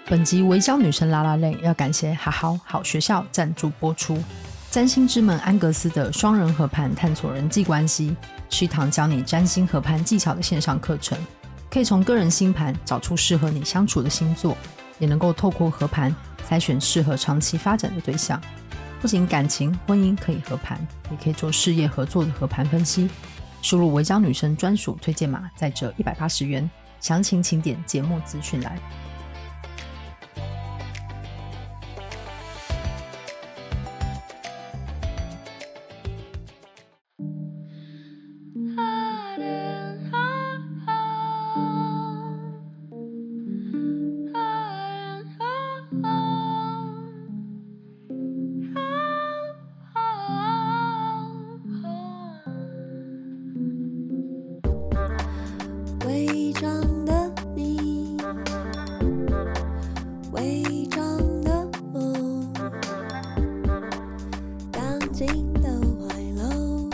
本集微教女生拉拉链要感谢好好好学校赞助播出。占星之门安格斯的双人合盘探索人际关系是一堂教你占星合盘技巧的线上课程，可以从个人星盘找出适合你相处的星座，也能够透过合盘筛选适合长期发展的对象。不仅感情婚姻可以合盘，也可以做事业合作的合盘分析。输入微教女生专属推荐码再折180元，详情请点节目资讯栏。 伪装的你，伪装的我，钢筋的怀楼，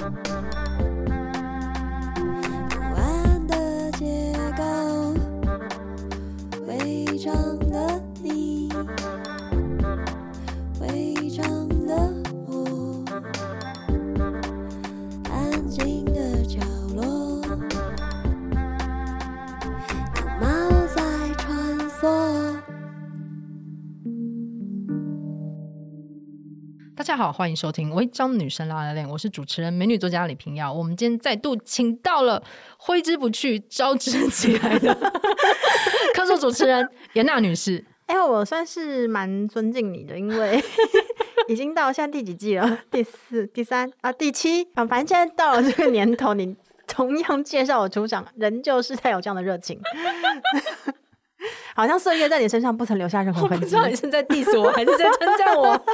不安的结构，伪装的你，伪装的我，安静的角落。猫在穿梭。 大家好，欢迎收听微教女生拉拉链，我是主持人美女作家李平遥。我们今天再度请到了挥之不去招之即来的客座主持人严娜女士。 我算是蛮尊敬你的，因为已经到现在第几季了？第4、第3啊，第7啊，反正现在到了这个年头，你同样介绍我出场，仍旧是带有这样的热情。好像岁月在你身上不曾留下任何痕迹。 我不知道你是在 diss 我还是在称赞我。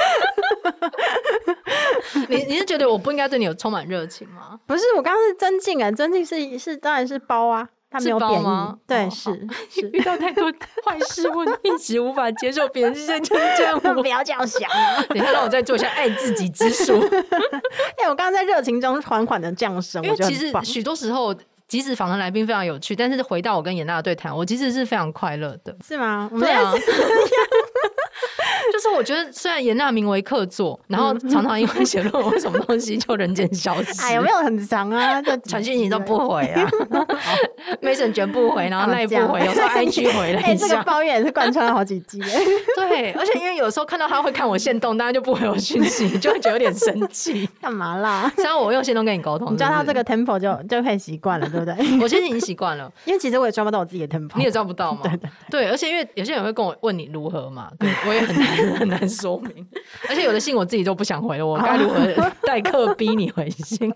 你是觉得我不应该对你有充满热情吗？ 不是，我刚刚是尊敬啊，尊敬是当然是包啊，他没有贬义。对，是遇到太多坏事，我一直无法接受别人是这样我。 不要这样想。 等一下，让我再做一下爱自己之术。 我刚刚在热情中缓缓的降生， 因为其实许多时候。即使访谈来宾非常有趣，但是回到我跟严娜的对谈，我其实是非常快乐的。 是吗？ 对啊，就是我觉得虽然严娜名为客座，然后常常因为写论文什么东西就人间消失。 有没有很长啊？ 传讯息都不回啊，Messenger 不回，然后赖不回，有时候 IG 回了一下。 这个抱怨也是贯穿了好几季。 对，而且因为有时候看到他会看我限动，大家就不回我讯息，就会觉得有点生气。 干嘛啦？ 虽然我用限动跟你沟通， 你抓到这个 tempo 就可以习惯了，对不对？ 我其实已经习惯了， 因为其实我也抓不到我自己的 tempo， 你也抓不到嘛？对，而且因为有些人会跟我问你如何嘛，对我也很难说明，而且有的信我自己都不想回了，我该如何代客逼你回信？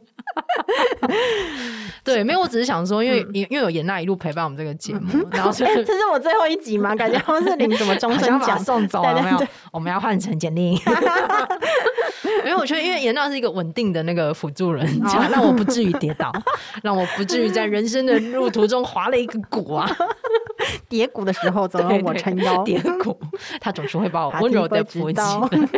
对，没有，我只是想说，因为有严娜一路陪伴我们这个节目，然后这是我最后一集嘛，感觉好像是领什么终身奖送走了没有？我们要换成简历。因为我觉得，因为严娜是一个稳定的那个辅助人，让我不至于跌倒，让我不至于在人生的路途中滑了一个谷啊。 跌谷的时候总有我撑腰， 跌谷他总是会把我温柔的扶起。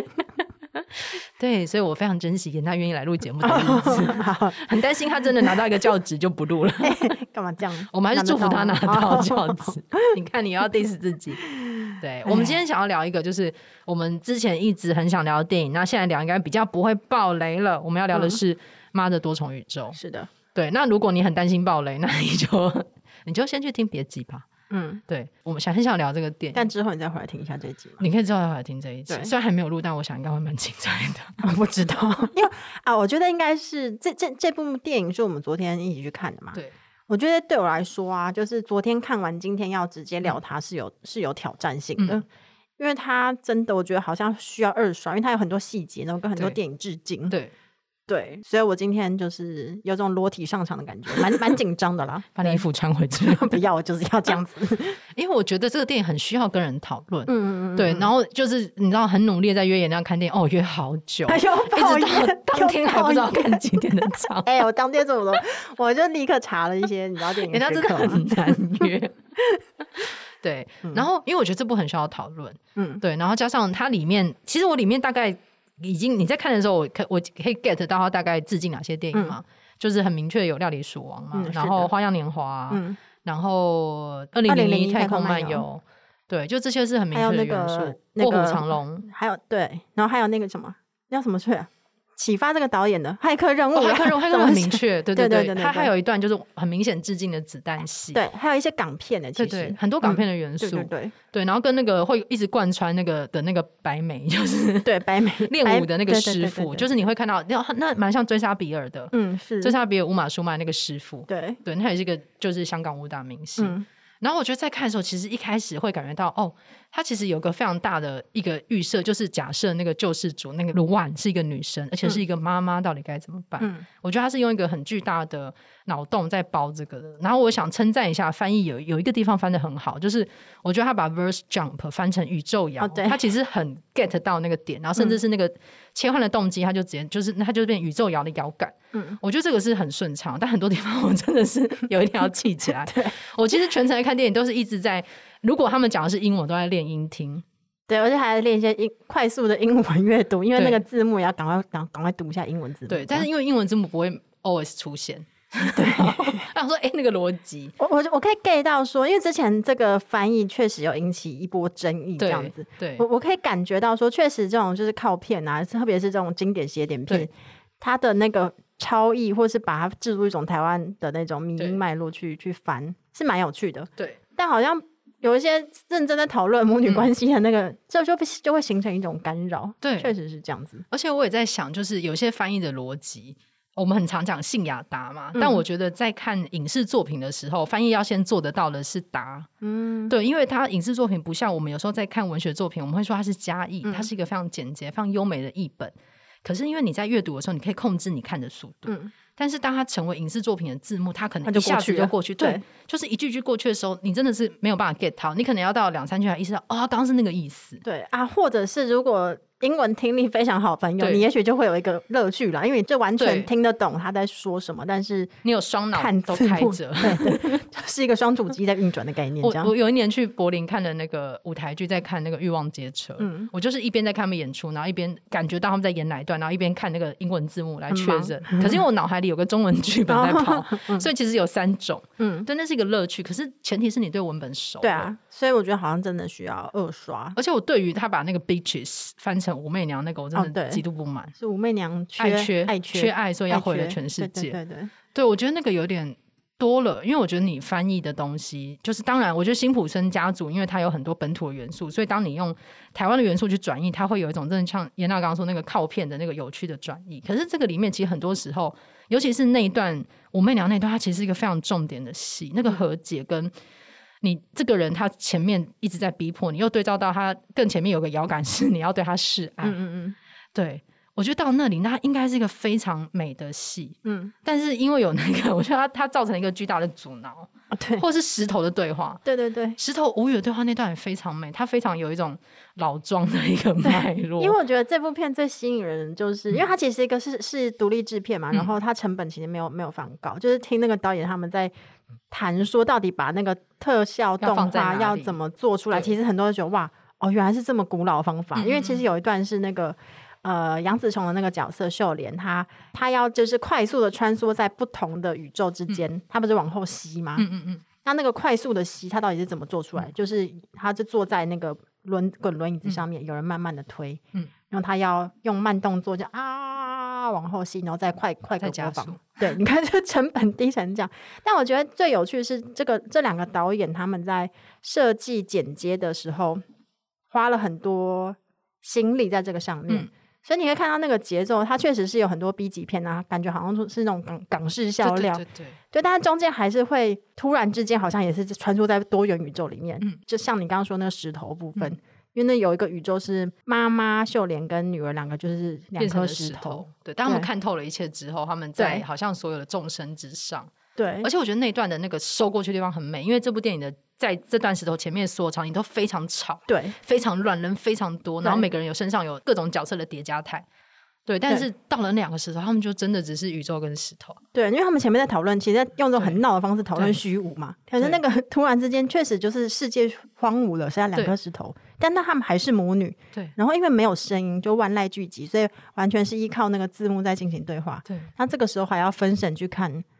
对，所以我非常珍惜严娜愿意来录节目的日子。很担心他真的拿到一个教职就不录了。 干嘛这样？ 我们还是祝福他拿到教职。你看，你要 diss 自己。对，我们今天想要聊一个，就是我们之前一直很想聊的电影，那现在聊应该比较不会爆雷了。我们要聊的是《妈的多重宇宙》。 是的， 对。那如果你很担心爆雷，那你就先去听别集吧。对，我们很想聊这个电影， 但之后你再回来听一下这一集嘛。 你可以之后再回来听这一集，虽然还没有录，但我想应该会蛮精彩的。 我不知道，因为我觉得应该是这部电影是我们昨天一起去看的嘛。 对， 我觉得对我来说啊，就是昨天看完，今天要直接聊它是有挑战性的。因为它真的我觉得好像需要二刷，因为它有很多细节，然后跟很多电影致敬。对，所以我今天就是有种裸体上场的感觉，蛮紧张的啦。 把你衣服穿回去。 不要，我就是要这样子。 因为我觉得这个电影很需要跟人讨论。对，然后就是你知道很努力在约严娜看电影，约好久，一直到当天还不知道看几点的场。 我当天这么多，我就立刻查了一些你知道电影学课， 人家真的很难约。对，然后因为我觉得这部很需要讨论。对，然后加上它里面，其实我里面大概已经你在看的时候我可以 get 到它大概致敬哪些电影嘛。就是很明确有料理鼠王嘛，然后花样年华，然后2001太空漫游， 对，就这些是很明还有那确的元素。 个那卧虎个藏龙， 还有对，然后还有那个什么叫什么去啊？启发这个导演的骇客任务啊， 骇客任务，骇客任务很明确，对对， 对对对他还有一段就是很明显致敬的子弹戏， 对，还有一些港片的，其实对对，很多港片的元素， 对对对对，然后跟那个会一直贯穿那个的那个白眉，就是对白眉练武的那个师傅， 对对对对对就是你会看到，那蛮像追杀比尔的， 是追杀比尔乌玛舒曼那个师傅， 对对，他也是一个就是香港武打明星。然后我觉得在看的时候，其实一开始会感觉到，哦，他其实有个非常大的一个预设，就是假设那个救世主那个卢万是一个女生，而且是一个妈妈，到底该怎么办？我觉得他是用一个很巨大的脑洞在包这个的。然后我想称赞一下翻译，有一个地方翻得很好，就是我觉得他把 verse jump 翻成宇宙摇，他其实很 get 到那个点，然后甚至是那个切换的动机，他就直接他就变宇宙摇的摇感。我觉得这个是很顺畅，但很多地方我真的是有一点要气起来。我其实全程看电影都是一直在，如果他们讲的是英文，都在练音听。 对，而且还在练一些快速的英文阅读，因为那个字幕也要赶快读一下英文字幕。 对，但是因为英文字幕不会 always 出现。对，我想说，那个逻辑， 我可以 get 到说，因为之前这个翻译确实有引起一波争议，这样子。 对， 我可以感觉到说，确实这种就是靠片啊，特别是这种经典写点片，它的那个超译，或是把它置入一种台湾的那种迷因脉络去翻，是蛮有趣的。 对， 但好像有一些认真在讨论母女关系的那个，就会形成一种干扰。 对， 确实是这样子。 而且我也在想，就是有些翻译的逻辑。我们很常讲信雅达嘛，但我觉得在看影视作品的时候，翻译要先做得到的是达。对，因为它影视作品不像我们有时候在看文学作品，我们会说它是加译，它是一个非常简洁、非常优美的译本。可是因为你在阅读的时候，你可以控制你看的速度。但是当它成为影视作品的字幕，它可能一下子就过去。对，就是一句句过去的时候，你真的是没有办法 get 到，你可能要到2、3句才意识到，刚刚是那个意思。 对啊，或者是如果英文听力非常好的朋友，你也许就会有一个乐趣啦，因为你就完全听得懂他在说什么，但是你有双脑都开着， 对，就是一个双主机在运转的概念。 我有一年去柏林看的那个舞台剧，在看那个《欲望街车》，我就是一边在看他们演出，然后一边感觉到他们在演哪一段，然后一边看那个英文字幕来确认。可是因为我脑海里有个中文剧本在跑，所以其实有3种，对，那是一个乐趣。可是前提是你对文本熟。 对啊，所以我觉得好像真的需要2刷。 而且我对于他把那个 bitches 翻成武媚娘那个，我真的极度不满。 是武媚娘缺爱，所以要毁了全世界。对，我觉得那个有点多了，因为我觉得你翻译的东西，就是当然，我觉得辛普森家族，因为它有很多本土的元素，所以当你用台湾的元素去转译，它会有一种真的像严娜刚刚说那个靠片的那个有趣的转译。可是这个里面其实很多时候，尤其是那一段武媚娘那一段，它其实是一个非常重点的戏，那个和解跟你这个人他前面一直在逼迫你，又对照到他更前面有个遥感是你要对他示爱。对，我觉得到那里那应该是一个非常美的戏。但是因为有那个我觉得它造成一个巨大的阻挠。 对， 或是石头的对话。 对对对， 石头无语的对话那段也非常美，它非常有一种老庄的一个脉络。 因为我觉得这部片最吸引人就是因为它其实一个是独立制片嘛，然后它成本其实没有非常高，就是听那个导演他们在谈说到底把那个特效动画要怎么做出来，其实很多人觉得哇原来是这么古老的方法。因为其实有一段是那个杨紫琼的那个角色秀莲，她要就是快速的穿梭在不同的宇宙之间，她不是往后吸吗？那个快速的吸她到底是怎么做出来？就是她就坐在那个滚轮椅子上面，有人慢慢的推，然后她要用慢动作就往后吸，然后再快个播放。对，你看这成本低成这样。但我觉得最有趣的是这两个导演他们在设计剪接的时候花了很多心力在这个上面。所以你可以看到那个节奏，它确实是有很多 B 级片啊，感觉好像是那种港式笑料。对，但是中间还是会突然之间好像也是穿梭在多元宇宙里面。就像你刚刚说那个石头部分，因为那有一个宇宙是妈妈秀莲跟女儿两个就是2颗石头。 对，当他们看透了一切之后，他们在好像所有的众生之上。 对， 而且我觉得那段的那个收过去的地方很美，因为这部电影的在这段石头前面所有场景都非常吵， 对， 非常乱，人非常多，然后每个人身上有各种角色的叠加态。对，但是到了那2个石头，他们就真的只是宇宙跟石头。 对，因为他们前面在讨论，其实在用这种很闹的方式讨论虚无嘛。可是那个突然之间，确实就是世界荒芜了，剩下2颗石头，但那他们还是母女。 对， 然后因为没有声音，就万籁俱寂，所以完全是依靠那个字幕在进行对话。 对， 那这个时候还要分神去看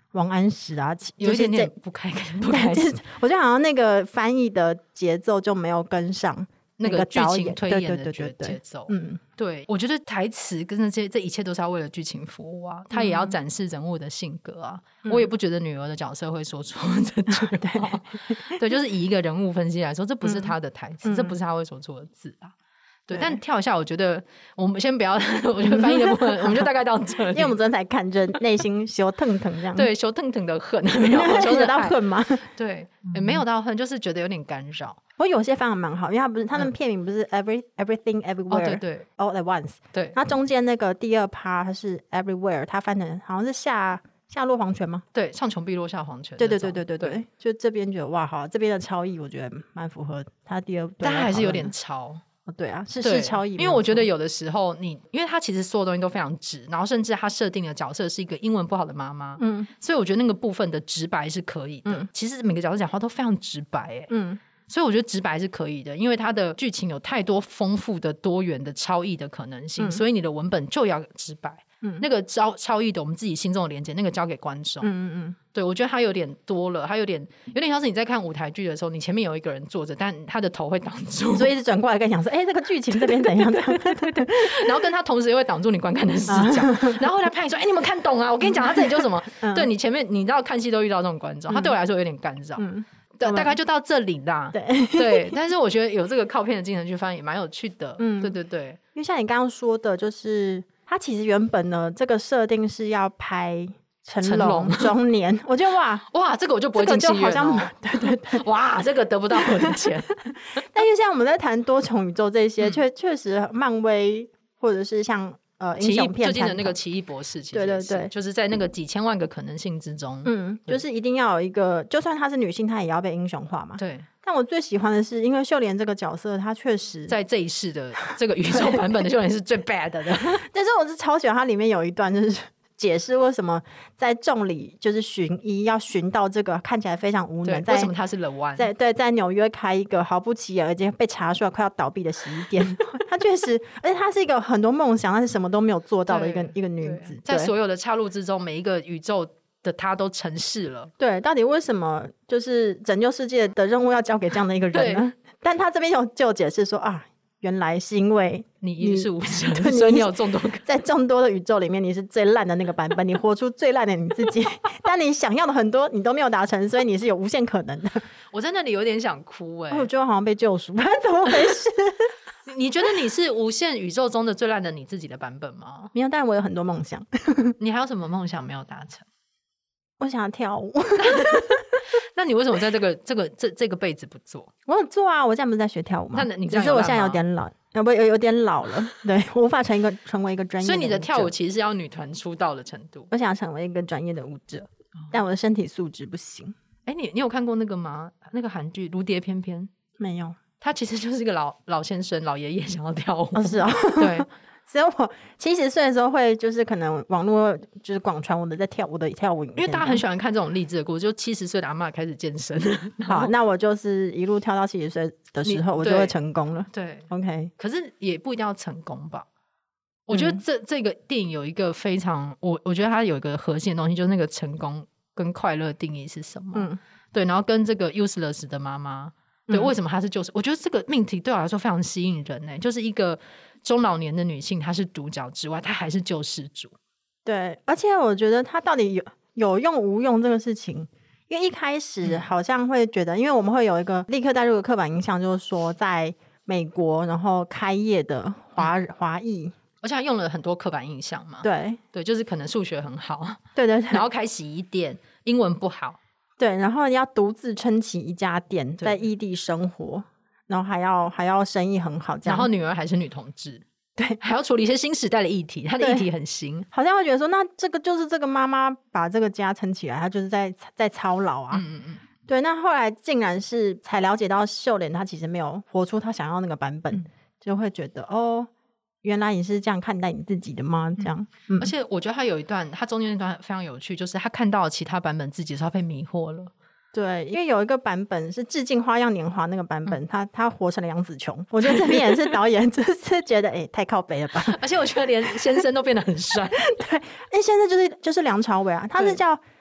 王安石啊， 有一点点不开心。 我觉得好像那个翻译的节奏就没有跟上那个剧导演情推演的节奏。对，我觉得台词跟这一切都是要为了剧情服务啊，他也要展示人物的性格啊。我也不觉得女儿的角色会说出这句话。对，就是以一个人物分析来说，这不是他的台词，这不是他会说出的字啊。对，但跳一下，我觉得我们先不要，我觉得翻译的部分，我们就大概到这里。 因为我们昨天才看着内心羞腾腾这样。 对，羞腾腾的恨，没有有到恨吗？ 对，没有到恨，就是觉得有点干扰。 我有些翻的蛮好，因为他不是他们片名不是 everything everywhere， 对对 all at once， 对， 它中间那个第二趴它是 everywhere， 它翻成好像是下落黄泉吗？ 对，上穷碧落下黄泉。 对，就这边觉得哇，好，这边的超译我觉得蛮符合他第二， 但他还是有点超。 对啊，是超译， 因为我觉得有的时候因为他其实所有东西都非常直，然后甚至他设定的角色是一个英文不好的妈妈，所以我觉得那个部分的直白是可以的。其实每个角色讲话都非常直白，所以我觉得直白是可以的，因为它的剧情有太多丰富的多元的超译的可能性，所以你的文本就要直白。那个超译的我们自己心中的连接，那个交给观众。对，我觉得它有点多了，它有点像是你在看舞台剧的时候，你前面有一个人坐着，但他的头会挡住， 所以一直转过来跟你讲说，这个剧情这边怎样？对， 然后跟他同时也会挡住你观看的视角，然后后来拍你说，你有没有看懂啊？我跟你讲，他这里就是什么？对，你前面你知道看戏都遇到这种观众，他对我来说有点干扰。大概就到这里啦。对，但是我觉得有这个靠片的精神去翻也蛮有趣的。对， 因为像你刚刚说的，就是他其实原本呢，这个设定是要拍成龙中年，我觉得哇， 这个我就不会进戏院哦。对， 哇，这个得不到我的钱。 但因为像我们在谈多重宇宙这些，确实漫威或者是像英雄片最近的那个奇异博士，其实对，就是在那个几千万个可能性之中， 就是一定要有一个，就算她是女性，她也要被英雄化嘛。 对。 但我最喜欢的是，因为秀莲这个角色，她确实在这一世的这个宇宙版本的秀莲是最 bad 的。 但是我是超喜欢它里面有一段，就是解释为什么在众里就是寻医要寻到这个看起来非常无能， 为什么他是 The One， 在纽约开一个毫不起眼而且被查出来快要倒闭的洗衣店。她确实，而且她是一个很多梦想但是什么都没有做到的一个女子， 在所有的岔路之中，每一个宇宙的她都成事了。 对，到底为什么就是拯救世界的任务要交给这样的一个人呢？但她这边就有解释说原来是因为你是无神，所以你有众多在众多的宇宙里面，你是最烂的那个版本，你活出最烂的你自己。但你想要的很多，你都没有达成，所以你是有无限可能的。 我在那里有点想哭我觉得好像被救赎，怎么回事？ 你觉得你是无限宇宙中的最烂的你自己的版本吗？ 没有，但我有很多梦想。 你还有什么梦想没有达成？ 我想要跳舞。 那你为什么在这个辈子不做？ 我有做啊，我现在不是在学跳舞吗？ 那你只是我现在有点老，有点老了。对，我无法成为一个专业的舞者。 所以你的跳舞其实是要女团出道的程度。 我想成为一个专业的舞者，但我的身体素质不行。 你有看过那个吗？那个韩剧《如蝶翩翩》？ 没有。他其实就是一个老先生、老爷爷想要跳舞。 是啊， 对。 所以我70岁的时候会就是可能网络就是广传我的跳舞影片， 因为大家很喜欢看这种励志的故事，就70岁的阿嬷开始健身。 好，那我就是一路跳到70岁的时候，我就会成功了。 对 ，OK。 可是也不一定要成功吧？我觉得这个电影有一个非常，我觉得它有一个核心的东西，就是那个成功跟快乐定义是什么？对，然后跟这个 useless 的妈妈。对，为什么她是救世？我觉得这个命题对我来说非常吸引人就是一个中老年的女性，她是主角之外，她还是救世主。 对，而且我觉得她到底有用无用这个事情，因为一开始好像会觉得，因为我们会有一个立刻带入的刻板印象，就是说在美国然后开业的华裔， 而且她用了很多刻板印象嘛。 对， 就是可能数学很好， 对， 然后开洗衣店，英文不好。 对，然后要独自撑起一家店，在异地生活，然后还要生意很好，这样。 然后女儿还是女同志， 对， 还要处理一些新时代的议题，她的议题很新， 好像会觉得说，那这个就是这个妈妈把这个家撑起来，她就是在操劳啊。对，那后来竟然是才了解到秀莲她其实没有活出她想要那个版本，就会觉得原来你是这样看待你自己的吗？这样， 而且我觉得他有一段，他中间那段非常有趣，就是他看到其他版本自己的时候，他被迷惑了。 对，因为有一个版本是致敬《花样年华》那个版本，他活成了杨紫琼。我觉得这边也是导演就是觉得太靠北了吧。 而且我觉得连先生都变得很帅。 对，先生就是梁朝伟啊，他是叫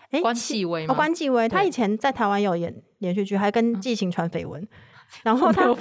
关继威吗？ 关继威，他以前在台湾有演连续剧，还跟季行传绯闻。然后他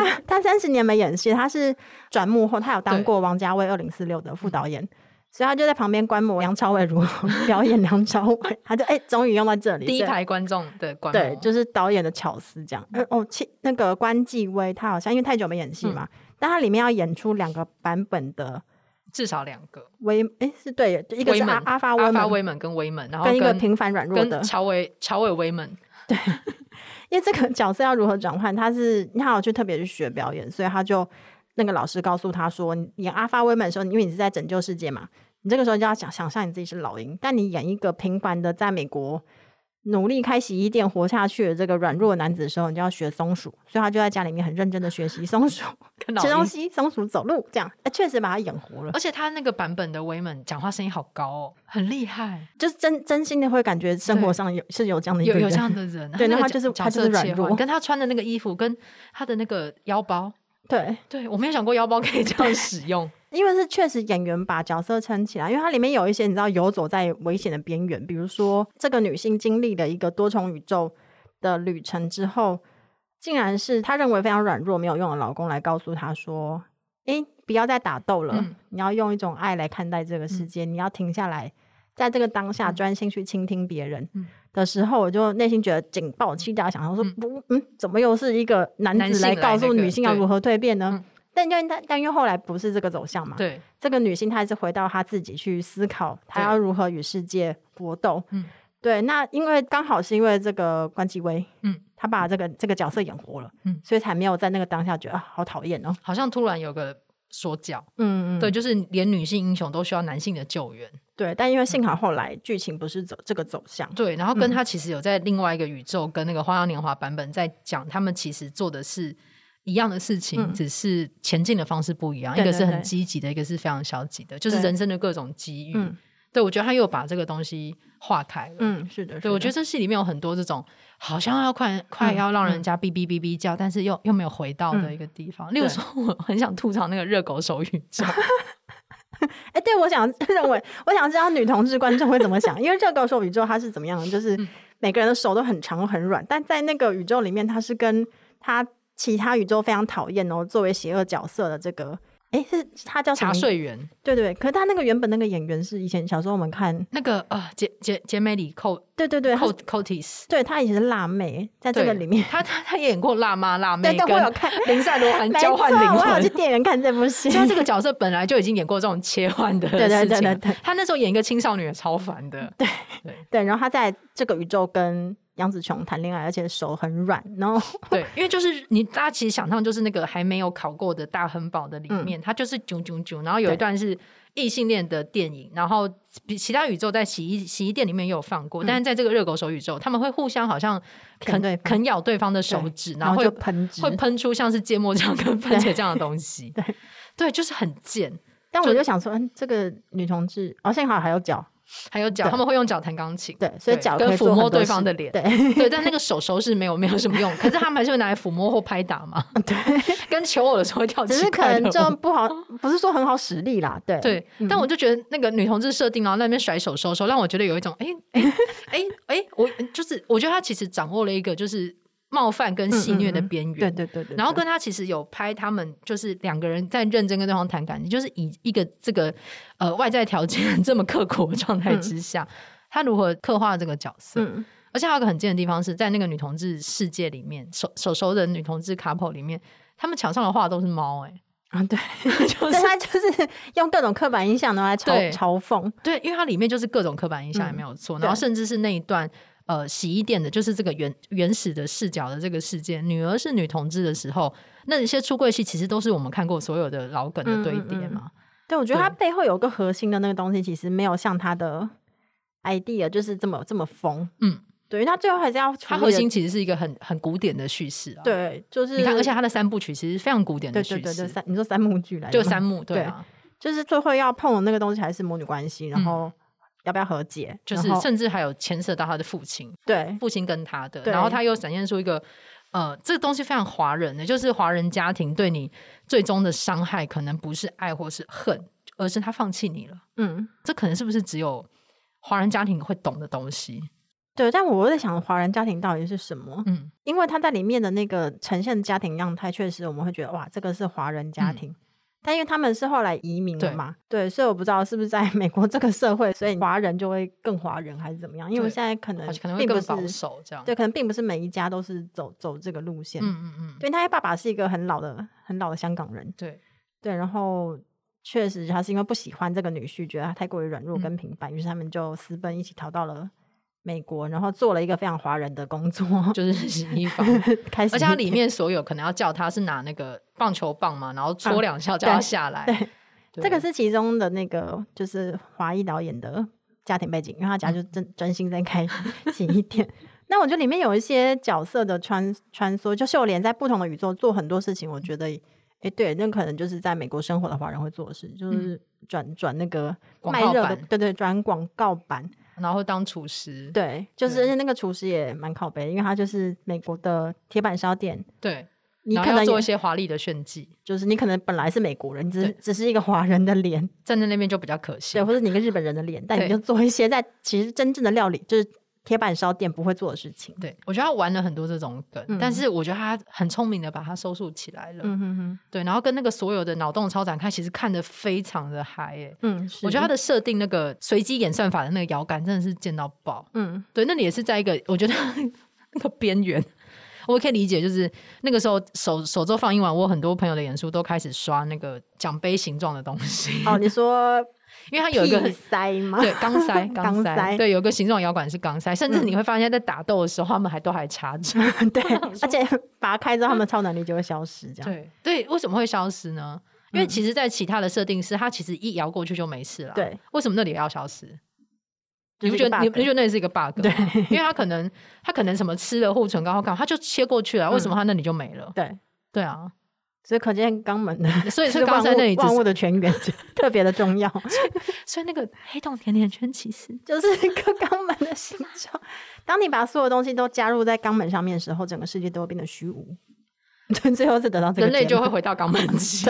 30年没演戏，他是转幕后，他有当过王家卫2046的副导演，所以他就在旁边观摩梁朝伟如何表演梁朝伟，他就终于用在这里， 第一排观众的观摩， 对，就是导演的巧思这样。那个关继威他好像因为太久没演戏嘛，但他里面要演出2个版本的， 至少2个是对，一个是阿发威门跟威门，然后跟一个平凡软弱的跟朝伟威门， 对。因为这个角色要如何转换，他有去特别去学表演，所以他就那个老师告诉他说，你演阿发威门的时候，因为你是在拯救世界嘛，你这个时候就要想象你自己是老鹰，但你演一个平凡的在美国努力开洗衣店活下去的这个软弱男子的时候，你就要学松鼠，所以他就在家里面很认真的学习松鼠吃东西，松鼠走路，这样确实把他演活了。 而且他那个版本的威门讲话声音好高哦，很厉害， 就是真心的会感觉生活上是有这样的一个人， 有这样的人， 对，那他就是软弱， 跟他穿的那个衣服，跟他的那个腰包， 对， 我没有想过腰包可以这样使用。 因为是确实演员把角色撑起来，因为它里面有一些你知道游走在危险的边缘，比如说这个女性经历了一个多重宇宙的旅程之后，竟然是她认为非常软弱没有用的老公来告诉她说不要再打斗了，你要用一种爱来看待这个世界，你要停下来，在这个当下专心去倾听别人的时候，我就内心觉得警报器大，想说怎么又是一个男子来告诉女性要如何蜕变呢？但因为后来不是这个走向嘛， 对， 这个女性她还是回到她自己去思考，她要如何与世界搏斗。对，那因为刚好是因为这个关继威，他把这个角色演活了，所以才没有在那个当下觉得好讨厌哦， 好像突然有个说教，对，就是连女性英雄都需要男性的救援， 对，但因为幸好后来剧情不是走这个走向， 对，然后跟他其实有在另外一个宇宙跟那个《花样年华》版本在讲，他们其实做的是一样的事情，只是前进的方式不一样，一个是很积极的，一个是非常消极的，就是人生的各种机遇。对，我觉得他又把这个东西化开了。 是的， 对，我觉得这戏里面有很多这种好像要快要让人家哔哔哔哔叫，但是又没有回到的一个地方。例如说，我很想吐槽那个热狗手宇宙。 对，我想知道女同志观众会怎么想，因为热狗手宇宙它是怎么样的，就是每个人的手都很长很软，但在那个宇宙里面，它是跟他其他宇宙非常讨厌作为邪恶角色的这个是他叫什么？ 茶税员。 对，可是他那个原本那个演员是以前小时候我们看那个杰梅里对 Curtis， 对，他以前是辣妹，在这个里面他演过辣妈辣妹， 对，我有看林赛罗韩交换灵魂， 我有去电影院看这部戏。 他这个角色本来就已经演过这种切换的事情，对，他那时候演一个青少女也超烦的， 对，然后他在这个宇宙跟杨紫琼谈恋爱，而且手很软，然后对，因为就是大家其实想象就是那个还没有考过的大亨堡的里面，他就是啾啾啾，然后有一段是异性恋的电影，然后其他宇宙在洗衣店里面也有放过，但是在这个热狗手宇宙，他们会互相好像啃咬对方的手指，然后会喷出像是芥末酱跟番茄酱的东西，对，就是很贱。 但我就想说，这个女同志幸好还有脚。 他们会用脚弹钢琴， 对，所以脚跟抚摸对方的脸， 对， 但那个手是没有什么用，可是他们还是会拿来抚摸或拍打嘛， 对， 跟求偶的时候会跳奇怪的， 只是可能就不好，不是说很好使力啦，对， 但我就觉得那个女同志设定，然后在那边甩手让我觉得有一种我觉得他其实掌握了一个就是冒犯跟戏谑的边缘， 对， 然后跟他其实有拍他们就是2个人在认真跟对方谈感情，就是以一个这个外在条件这么刻苦的状态之下，他如何刻画这个角色，而且还有个很贱的地方是在那个女同志世界里面，手的女同志 couple 里面，他们墙上的画都是猫对，就是他就是用各种刻板印象来嘲讽， 对，因为它里面就是各种刻板印象也没有错，然后甚至是那一段洗衣店的就是这个原始的视角的这个事件，女儿是女同志的时候，那些出柜戏其实都是我们看过所有的老梗的堆叠嘛。 对，我觉得它背后有个核心的那个东西，其实没有像它的 idea 就是这么疯。对，那最后还是要它核心其实是一个很古典的叙事啊。 对，就是你看，而且它的3部曲其实非常古典的叙事。 对，你说3幕剧来就3幕，对啊， 就是最后要碰的那个东西还是母女关系，然后要不要和解， 就是甚至还有牵涉到他的父亲， 对， 父亲跟他的，然后他又展现出一个这个东西非常华人的，就是华人家庭对你最终的伤害可能不是爱或是恨，而是他放弃你了。这可能是不是只有华人家庭会懂的东西？ 对，但我在想华人家庭到底是什么？ 嗯， 因为他在里面的那个呈现的家庭样态，确实我们会觉得哇，这个是华人家庭。但因为他们是后来移民了嘛，对，所以我不知道是不是在美国这个社会，所以华人就会更华人还是怎么样？因为现在可能会更保守这样， 对，可能并不是每一家都是走这个路线。对，他爸爸是一个很老的香港人，对，然后确实他是因为不喜欢这个女婿，觉得他太过于软弱跟平凡，于是他们就私奔一起逃到了美国，然后做了一个非常华人的工作， 就是洗衣房开始， 而且他里面所有可能要叫他是拿那个棒球棒嘛，然后戳2下叫他下来。 对，这个是其中的那个就是华裔导演的家庭背景，因为他家就真心在开洗衣店。那我觉得里面有一些角色的穿梭，就秀莲在不同的宇宙做很多事情，我觉得对，那可能就是在美国生活的华人会做的事，就是转那个卖热的，对，转广告版， 然后当厨师， 对，就是那个厨师也蛮靠北的，因为他就是美国的铁板烧店， 对， 你可能要做一些华丽的炫技， 就是你可能本来是美国人，只是一个华人的脸站在那边就比较可惜， 对，或者你一个日本人的脸，但你就做一些在其实真正的料理就是铁板烧店不会做的事情。 对，我觉得他玩了很多这种梗，但是我觉得他很聪明的把它收束起来了。对，然后跟那个所有的脑洞超展开，其实看得非常的嗨耶。我觉得他的设定那个随机演算法的那个摇杆真的是贱到爆。对，那里也是在一个我觉得那个边缘。我可以理解，就是那个时候首周放映完，我很多朋友的脸书都开始刷那个奖杯形状的东西。 哦，你说因为它有一个屁塞吗？ 对，钢塞，对，有个形状摇杆是钢塞，甚至你会发现在打斗的时候，他们还都还插着。 对，而且把它开之后，他们的超能力就会消失。这样对，为什么会消失呢？因为其实，在其他的设定是，它其实一摇过去就没事了。 对， 为什么那里也要消失？你不觉得那也是一个 bug？ 对， 因为他可能什么吃了护唇膏或干嘛，他就切过去了，为什么他那里就没了？对啊， 所以可见肛门的， 所以肛在那里万物的泉源特别的重要。 所以那个黑洞甜甜圈其实就是一个肛门的形状。当你把所有东西都加入在肛门上面的时候，整个世界都会变得虚无。最后是得到这个人类就会回到肛门期。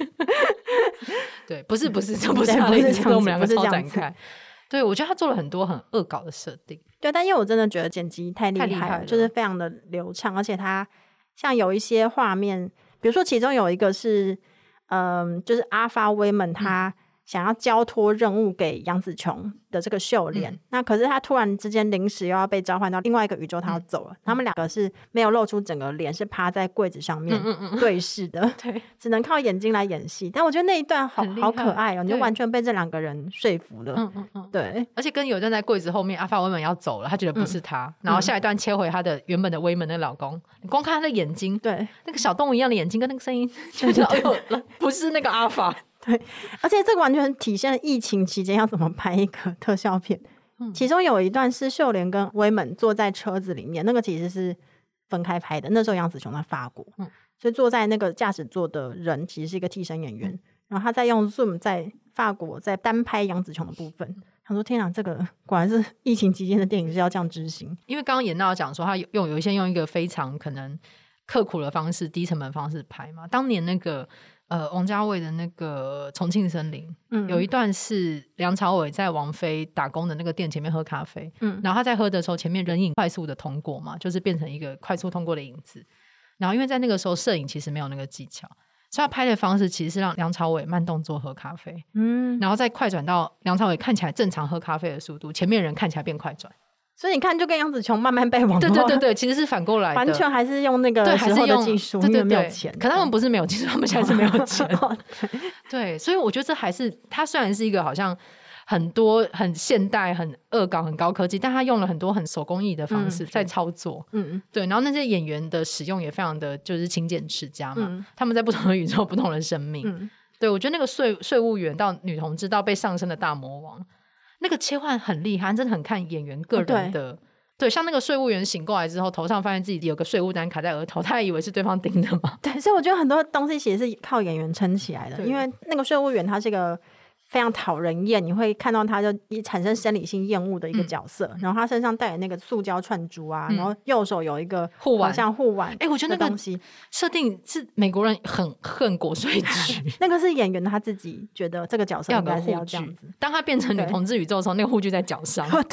对，不是，这不是他的意思，我们两个超展开。对，我觉得他做了很多很恶搞的设定。 对，但因为我真的觉得剪辑太厉害了，就是非常的流畅，而且他像有一些画面，比如说其中有一个是就是阿发威门他想要交托任务给杨紫琼的这个秀莲，那可是他突然之间临时又要被召唤到另外一个宇宙，他要走了。他们两个是没有露出整个脸，是趴在柜子上面对视的， 对， 只能靠眼睛来演戏。但我觉得那一段好可爱哦，你就完全被这两个人说服了。对， 而且跟有站在柜子后面，阿发威门要走了，他觉得不是他，然后下一段切回他的原本的威门的老公，你光看他的眼睛， 对， 那个小动物一样的眼睛跟那个声音，就不是那个阿发。 对，而且这个完全体现了疫情期间要怎么拍一个特效片。其中有一段是秀莲跟威门坐在车子里面，那个其实是分开拍的。那时候杨紫琼在法国，所以坐在那个驾驶座的人其实是一个替身演员，然后他在用 Zoom 在法国在单拍杨紫琼的部分。他说：“天啊，这个果然是疫情期间的电影是要这样执行。” 因为刚刚演到讲说，他有一些用一个非常可能刻苦的方式、低成本方式拍嘛。当年那个。王家卫的那个重庆森林，有一段是梁朝伟在王菲打工的那个店前面喝咖啡，然后他在喝的时候前面人影快速的通过嘛，就是变成一个快速通过的影子，然后因为在那个时候摄影其实没有那个技巧，所以他拍的方式其实是让梁朝伟慢动作喝咖啡，然后再快转到梁朝伟看起来正常喝咖啡的速度，前面人看起来变快转， 所以你看就跟杨紫琼慢慢被网络对，其实是反过来的， 完全还是用那个时候的技术，因为没有钱。 可他们不是没有技术，他们现在是没有钱。对，所以我觉得这还是他虽然是一个好像很多很现代很恶搞很高科技，但他用了很多很手工艺的方式在操作。对，然后那些演员的使用也非常的就是勤俭持家嘛，他们在不同的宇宙不同的生命。对，我觉得那个税务员到女同志到被上升的大魔王，那个切换很厉害，真的很看演员个人的。对，像那个税务员醒过来之后，头上发现自己有个税务单卡在额头，他还以为是对方盯的嘛。 对，所以我觉得很多东西其实是靠演员撑起来的，因为那个税务员他是一个非常讨人厌，你会看到他就产生生理性厌恶的一个角色，然后他身上带着那个塑胶串珠啊，然后右手有一个护腕， 好像护腕。 我觉得那个东西设定是美国人很恨国税局那个是演员他自己觉得这个角色应该是要这样子。 当他变成女同志宇宙的时候，那个护具在脚上。 对，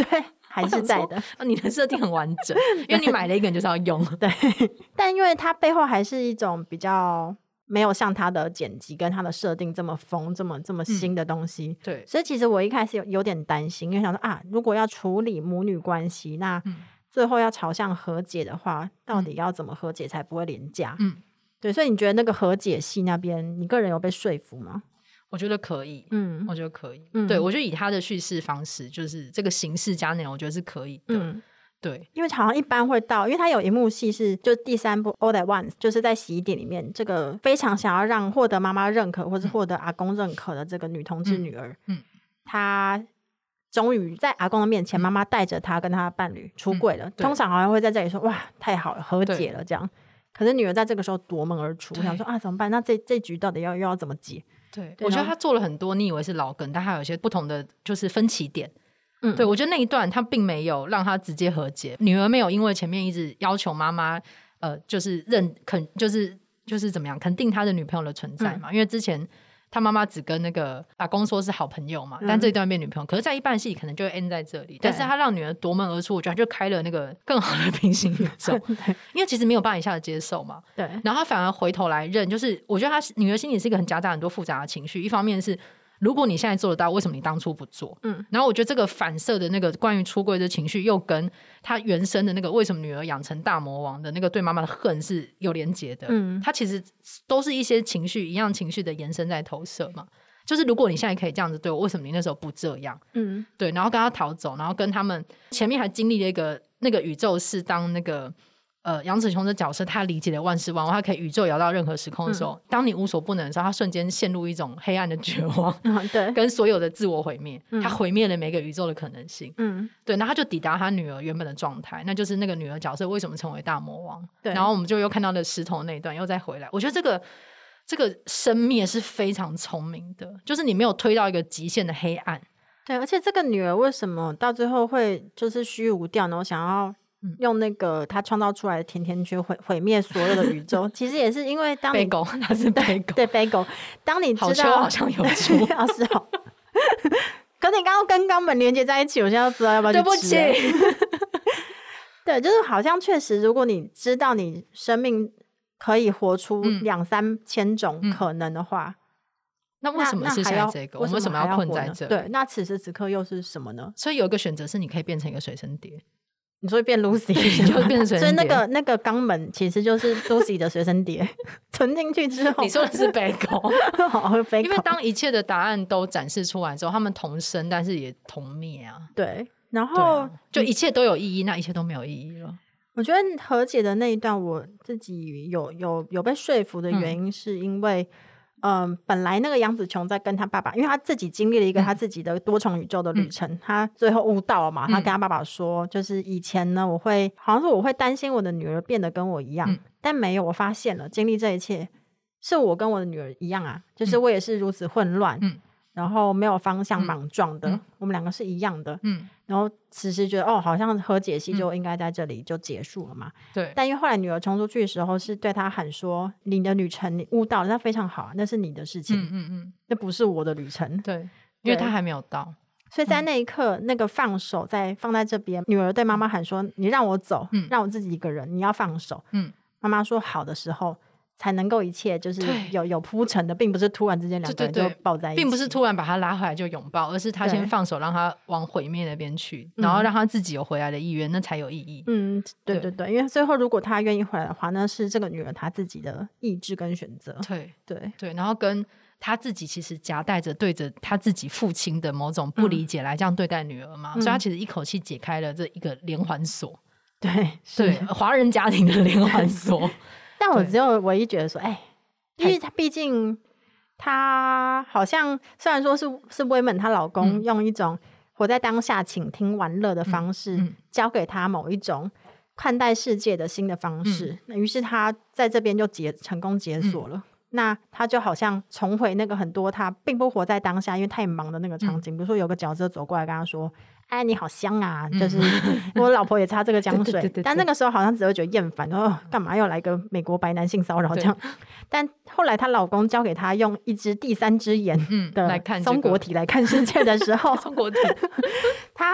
还是在的。 你的设定很完整，因为你买了一个你就是要用。 对，但因为它背后还是一种比较没有像它的剪辑跟它的设定这么疯、这么新的东西。 对， 所以其实我一开始有点担心，因为想说啊，如果要处理母女关系，那最后要朝向和解的话，到底要怎么和解才不会廉价？对，所以你觉得那个和解戏那边，你个人有被说服吗？ 我觉得可以，我觉得可以，对，我觉得以他的叙事方式，就是这个形式加内容，我觉得是可以的，对， 因为好像一般会到，因为他有一幕戏是就第3部 All at Once， 就是在洗衣店里面，这个非常想要让获得妈妈认可或是获得阿公认可的这个女同志女儿，她终于在阿公的面前，妈妈带着她跟她的伴侣出柜了。通常好像会在这里说哇太好了，和解了这样。可是女儿在这个时候夺门而出，想说啊怎么办？那这局到底又要怎么解？ 对，我觉得他做了很多你以为是老梗，但他有一些不同的就是分歧点。对，我觉得那一段他并没有让他直接和解，女儿没有因为前面一直要求妈妈就是就是怎么样肯定他的女朋友的存在嘛，因为之前他妈妈只跟那个阿公说是好朋友嘛，但这一段变女朋友，可是在一半戏可能就会 end 在这里，但是他让女儿夺门而出，我觉得他就开了那个更好的平行宇宙因为其实没有办法一下子接受嘛，对，然后他反而回头来认，就是我觉得他女儿心里是一个很夹杂很多复杂的情绪，一方面是如果你现在做得到，为什么你当初不做？然后我觉得这个反射的那个关于出柜的情绪，又跟他原生的那个为什么女儿养成大魔王的那个对妈妈的恨是有连结的。他其实都是一些情绪一样情绪的延伸在投射嘛。就是如果你现在可以这样子对我，为什么你那时候不这样？对，然后跟他逃走，然后跟他们前面还经历了一个那个宇宙是当那个杨紫琼的角色他理解了万事万物，他可以宇宙摇到任何时空的时候，当你无所不能的时候，他瞬间陷入一种黑暗的绝望对，跟所有的自我毁灭，他毁灭了每个宇宙的可能性对，然后他就抵达他女儿原本的状态，那就是那个女儿角色为什么成为大魔王，对，然后我们就又看到了石头那一段又再回来，我觉得这个生灭是非常聪明的，就是你没有推到一个极限的黑暗， 对，而且这个女儿为什么到最后会就是虚无掉呢？我想要用那个他创造出来的甜甜圈毁灭所有的宇宙其实也是因为当你 Bagel，他是 Bagel， 对 Bagel， 当你知道好像有出是哦可是你刚刚跟冈本连接在一起，我现在不知道要不要去吃。 对不起对，就是好像确实如果你知道你生命可以活出2-3千种可能的话， 那为什么是现在这个？我们为什么要困在这？ 对，那此时此刻又是什么呢？ 所以有一个选择是你可以变成一个随身碟， 你说变 Lucy 你就变成随身碟， 所以那个肛门其实就是 Lucy 的随身碟存进去之后， 你说的是 Bagel 因为当一切的答案都展示出来之后，他们同生但是也同灭啊。 对，然后就一切都有意义，那一切都没有意义了。 我觉得和解的那一段我自己有被说服的原因是因为本来那个杨紫琼在跟他爸爸，因为他自己经历了一个他自己的多重宇宙的旅程，他最后悟到了嘛，他跟他爸爸说就是以前呢我会担心我的女儿变得跟我一样，但没有，我发现了经历这一切是我跟我的女儿一样啊，就是我也是如此混乱然后没有方向莽撞的我们两个是一样的然后此时觉得好像和解戏就应该在这里就结束了嘛对，但因为后来女儿冲出去的时候是对她喊说你的旅程你悟到了，那非常好，那是你的事情那不是我的旅程，对， 因为她还没有到， 所以在那一刻那个放手放在这边，女儿对妈妈喊说你让我走让我自己一个人，你要放手妈妈说好的时候才能够一切就是有铺陈的，并不是突然之间两个人就抱在一起， 并不是突然把他拉回来就拥抱，而是他先放手让他往毁灭那边去然后让他自己有回来的意愿那才有意义对对对，因为最后如果他愿意回来的话，那是这个女人她自己的意志跟选择，对对对， 然后跟他自己其实夹带着对着他自己父亲的某种不理解来这样对待女儿嘛所以他其实一口气解开了这一个连环锁，对华人家庭的连环锁但我只有唯一觉得说因为他毕竟他好像虽然说是Waymond她老公用一种活在当下倾听玩乐的方式教给他某一种看待世界的新的方式于是他在这边就成功解锁了那他就好像重回那个很多他并不活在当下因为太忙的那个场景比如说有个角色走过来跟他说哎你好香啊就是我老婆也擦这个香水但那个时候好像只会觉得厌烦然后干嘛要来个美国白男性骚扰这样但后来她老公教给她用一只第三只眼的松果体来看世界的时候松果体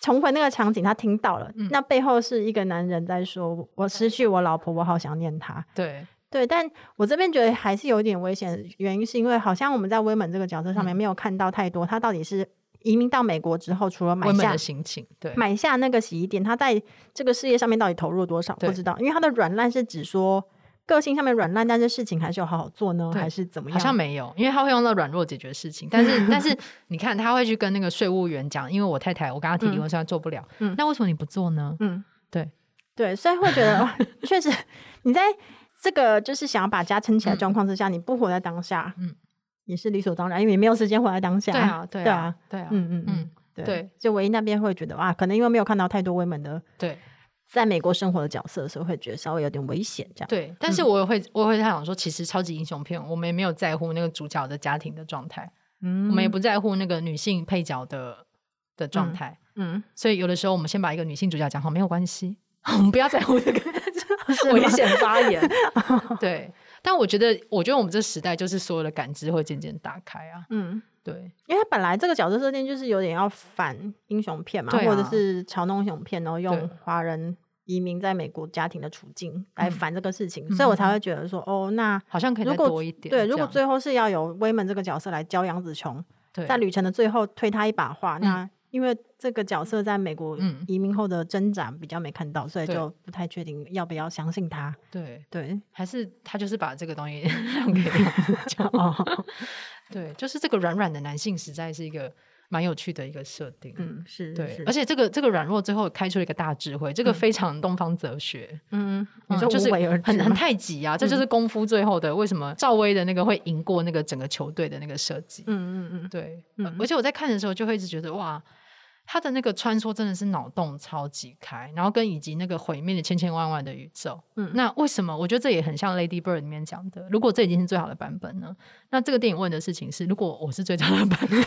重回那个场景，他听到了，那背后是一个男人在说：“我失去我老婆，我好想念她。”对，但我这边觉得还是有点危险，原因是因为好像我们在威门这个角色上面没有看到太多，他到底是移民到美国之后，除了买下的心情，对， 买下那个洗衣店，他在这个事业上面到底投入多少不知道，因为他的软烂是指说个性上面软烂，但是事情还是有好好做呢，还是怎么样？ 好像没有，因为他会用到软弱解决事情，但是你看他会去跟那个税务员讲，因为我太太我跟他提离婚，现在做不了，那为什么你不做呢？ 对，所以会觉得确实你在这个就是想要把家撑起来的状况之下，你不活在当下，也是理所当然，因为你没有时间活在当下。对啊，对，就唯一那边会觉得可能因为没有看到太多威门的在美国生活的角色，所以会觉得稍微有点危险这样。 对，但是我会在想说，其实超级英雄片我们也没有在乎那个主角的家庭的状态，我们也不在乎那个女性配角的状态，所以有的时候我们先把一个女性主角讲好没有关系，我们不要在乎这个危险发言。对，但我觉得我们这时代就是所有的感知会渐渐打开啊。对， 因为他本来这个角色设定就是有点要反英雄片嘛，或者是嘲弄英雄片，然后用华人移民在美国家庭的处境来反这个事情，所以我才会觉得说那好像可以再多一点。 对，如果最后是要有威门这个角色来教杨紫琼，在旅程的最后推他一把话，那因为这个角色在美国移民后的挣扎比较没看到，所以就不太确定要不要相信他。对，还是他就是把这个东西让给杨紫琼。对，就是这个软软的男性实在是一个蛮有趣的一个设定。 是， 对，而且这个软弱最后开出了一个大智慧，这个非常东方哲学。 你说就是无为而治很太极啊，这就是功夫最后的为什么赵薇的那个会赢过那个整个球队的那个设计。对，而且我在看的时候就会一直觉得哇，他的那个穿梭真的是脑洞超级开，然后以及那个毁灭的千千万万的宇宙。那为什么我觉得这也很像 Lady Bird 里面讲的，如果这已经是最好的版本呢？那这个电影问的事情是，如果我是最糟的版本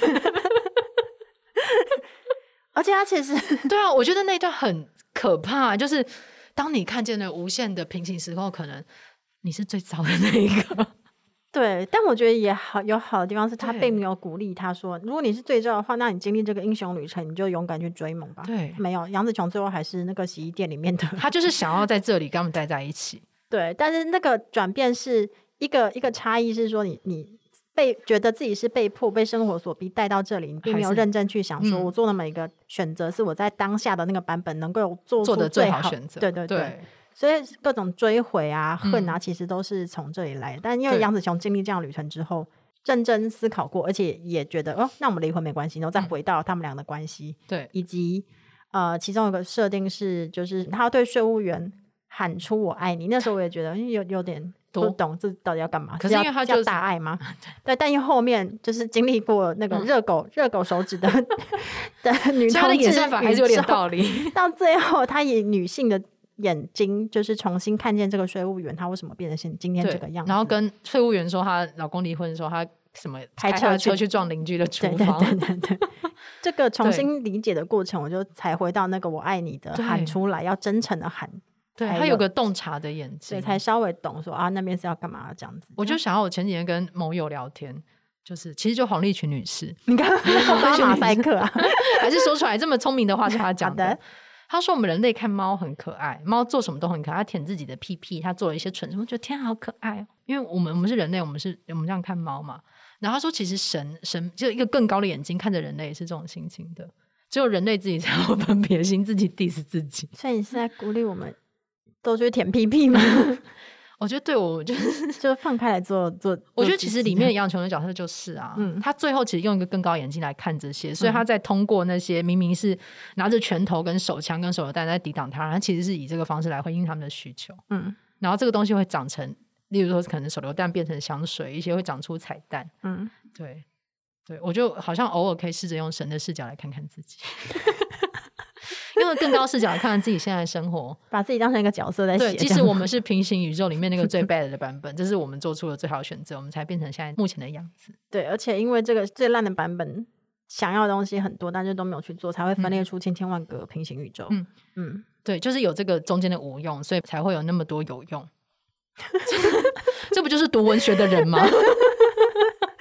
而且他其实对啊，我觉得那一段很可怕，就是当你看见了无限的平行时空，可能你是最糟的那一个。 对，但我觉得也有好的地方是他并没有鼓励他说，如果你是最糟的话，那你经历这个英雄旅程，你就勇敢去追梦吧。 对， 没有，杨紫琼最后还是那个洗衣店里面的， 他就是想要在这里跟他们待在一起。 对，但是那个转变是一个差异是说你觉得自己是被迫被生活所逼带到这里，你并没有认真去想说我做的每一个选择是我在当下的那个版本能够做的最好选择。 对，所以各种追悔啊恨啊其实都是从这里来的。但因为杨紫琼经历这样的旅程之后认真思考过，而且也觉得那我们离婚没关系，然后再回到他们俩的关系。 对， 以及其中有个设定是就是他要对税务员喊出我爱你，那时候我也觉得有点不懂这到底要干嘛， 可是因为他就是大爱吗？对，但因为后面就是经历过那个热狗手指的女同志， 他的演算法还是有点道理。 到最后他以女性的眼睛就是重新看见这个税务员他为什么变成今天这个样子， 然后跟税务员说她老公离婚的时候她什么开车去撞邻居的厨房。 对这个重新理解的过程，我就才回到那个我爱你的喊出来，要真诚的喊。 对，他有个洞察的眼睛， 对，才稍微懂说那边是要干嘛这样子。 我就想要我前几天跟某友聊天，就是其实就黄丽群女士， 你看马赛克啊， 还是说出来这么聪明的话是他讲的。他说我们人类看猫很可爱，猫做什么都很可爱，它舔自己的屁屁，它做了一些蠢事，我觉得天好可爱因为我们是人类，我们这样看猫嘛。然后他说其实神就一个更高的眼睛看着人类是这种心情的，只有人类自己才有分别心，自己 diss 自己。 所以你是在鼓励我们都去舔屁屁吗？ 我觉得对我就放开来做。 我觉得其实里面杨紫琼的角色就是他最后其实用一个更高眼睛来看这些，所以他在通过那些明明是拿着拳头跟手枪跟手榴弹在抵挡他其实是以这个方式来回应他们的需求。然后这个东西会长成，例如说可能手榴弹变成香水，一些会长出彩蛋。对，我就好像偶尔可以试着用神的视角来看看自己。用更高视角来看看自己现在的生活， 把自己当成一个角色在写。 对，即使我们是平行宇宙里面那个最 bad 的版本，这是我们做出了最好的选择，我们才变成现在目前的样子。 对，而且因为这个最烂的版本想要的东西很多，但是都没有去做，才会分裂出千千万个平行宇宙。 对，就是有这个中间的无用，所以才会有那么多有用。这不就是读文学的人吗？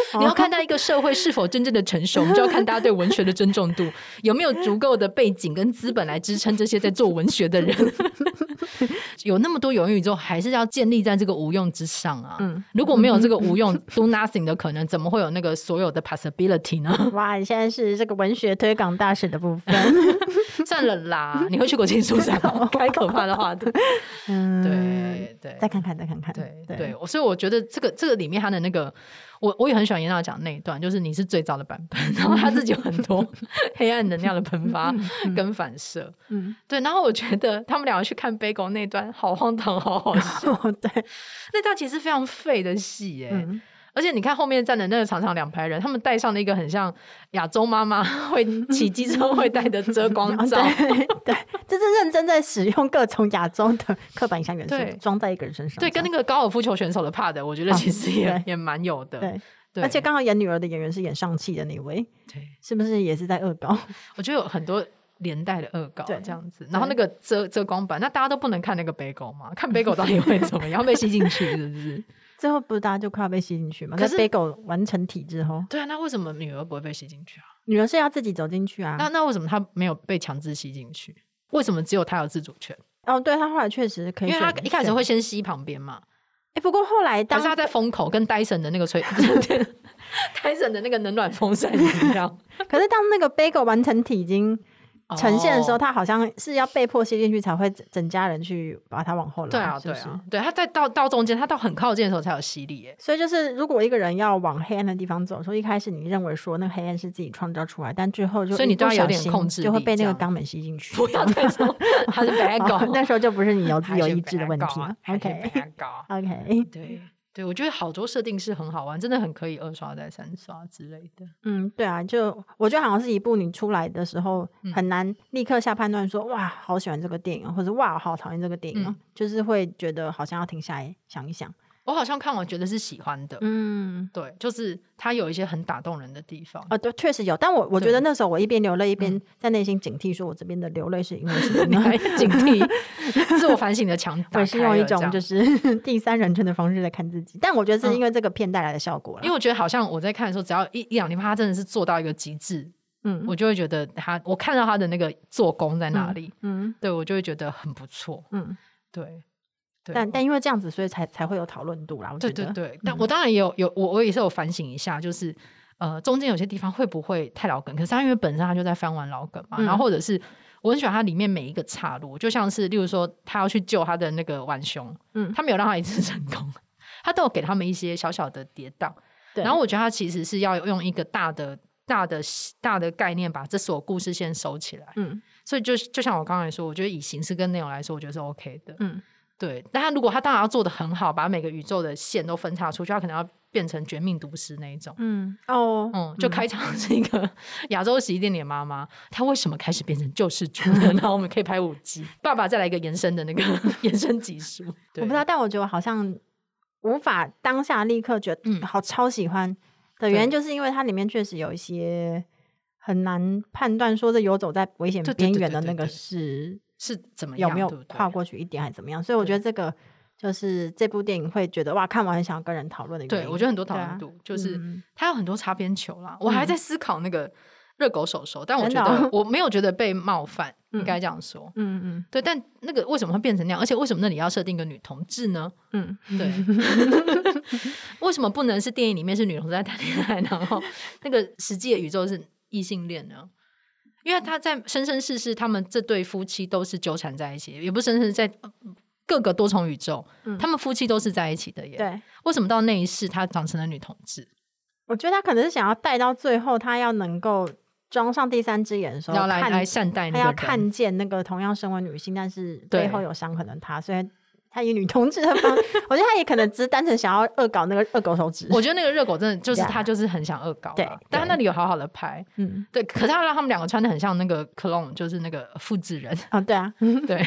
你要看待一个社会是否真正的成熟，我们就要看大家对文学的尊重度有没有足够的背景跟资本来支撑这些在做文学的人。有那么多有用宇宙，还是要建立在这个无用之上啊。如果没有这个无用do nothing 的可能，怎么会有那个所有的 possibility 呢？ 哇，你现在是这个文学推广大使的部分。 算了啦，你会去国际书展开可怕的话题。对， 再看看。 对，所以我觉得这个里面他的那个，我也很喜欢严娜讲那一段，就是你是最早的版本，然后他自己有很多黑暗能量的喷发跟反射。对，然后我觉得他们两个去看贝狗那段好荒唐，好好笑。 对， 那段其实非常废的戏耶。而且你看后面站的那个长长2排人，他们戴上了一个很像亚洲妈妈会骑机车会戴的遮光罩。 对，这是认真在使用各种亚洲的刻板印象元素装在一个人身上。 对，跟那个高尔夫球选手的pad，我觉得其实也蛮有的。对， 而且刚好演女儿的演员是演上汽的那位，对，是不是也是在恶搞？ 我觉得有很多连带的恶搞这样子。然后那个遮光板，那大家都不能看那个贝狗嘛？看贝狗到底会怎么样？被吸进去是不是？ 最后不是大家就快要被吸进去吗？可是贝狗完成体之后， 对啊，那为什么女儿不会被吸进去啊？ 女儿是要自己走进去啊。 那为什么她没有被强制吸进去？为什么只有她有自主权？ 哦，对，她后来确实可以， 因为她一开始会先吸旁边嘛。 不过后来可是她在风口跟戴森的那个戴森的那个冷暖风扇一样。 可是当那个贝狗完成体已经呈现的时候，他好像是要被迫吸进去才会整家人去把他往后拉。 对啊，对，他在到中间，他到很靠近的时候才有吸力耶。 所以就是如果一个人要往黑暗的地方走，说一开始你认为说那个黑暗是自己创造出来，但最后就所以你都要有点控制力， 就会被那个肛门吸进去。 不要再说他是 bad girl， 那时候就不是你有自由意志的问题了。 OK， 对，我觉得好多设定是很好玩，真的很可以2刷再3刷之类的。 对啊，就我觉得好像是一部你出来的时候很难立刻下判断说哇好喜欢这个电影，或者哇好讨厌这个电影，就是会觉得好像要停下来想一想。 我好像看完觉得是喜欢的。对，就是它有一些很打动人的地方。 对，确实有。但我觉得那时候我一边流泪一边在内心警惕，说我这边的流泪是因为什么呢？ 警惕自我反省的墙打开了。 我是用一种就是第三人称的方式在看自己，但我觉得是因为这个片带来的效果啦。 因为我觉得好像我在看的时候，只要一两地方他真的是做到一个极致，我就会觉得我看到他的那个做工在哪里，对，我就会觉得很不错。对。 但因为这样子，所以才会有讨论度啦。我觉得对，但我当然也有我也是有反省一下，就是中间有些地方会不会太老梗？可是他因为本身他就在翻玩老梗嘛，然后或者是我很喜欢他里面每一个岔路，就像是例如说他要去救他的那个浣熊，他没有让他一次成功，他都有给他们一些小小的跌宕。然后我觉得他其实是要用一个大的概念把这所有故事线收起来。所以就像我刚才说，我觉得以形式跟内容来说，我觉得是 OK 的。对，但他如果他当然要做得很好，把每个宇宙的线都分叉出去，他可能要变成绝命毒师那一种。就开场是一个亚洲洗衣店里的妈妈，她为什么开始变成救世主呢？然后我们可以拍5集，爸爸再来一个延伸的那个延伸集数。 我不知道，但我觉得好像无法当下立刻觉得好超喜欢的原因，就是因为它里面确实有一些很难判断说这游走在危险边缘的那个是怎么样，有没有跨过去一点还是怎么样。所以我觉得这个就是这部电影会觉得哇看完很想要跟人讨论的原因。 对，我觉得很多讨论度，就是它有很多擦边球啦。我还在思考那个热狗手手，但我觉得我没有觉得被冒犯，应该这样说。对，但那个为什么会变成那样？而且为什么那里要设定一个女同志呢？对，为什么不能是电影里面是女同志在谈恋爱，然后那个实际的宇宙是异性恋呢？因为他在生生世世他们这对夫妻都是纠缠在一起，也不是生生在各个多重宇宙，他们夫妻都是在一起的耶。对，为什么到那一世他长成了女同志？ 我觉得他可能是想要带到最后，他要能够装上第三只眼的时候， 要来善待那个人， 他要看见那个同样身为女性但是背后有伤痕的他，所以他以女同志的方我觉得他也可能只是单纯想要恶搞那个恶狗手指。 我觉得那个热狗真的就是他就是很想恶搞，对，但他那里有好好的拍，对，可是他让他们两个穿的很像那个 clone， 就是那个复制人。 对啊， 对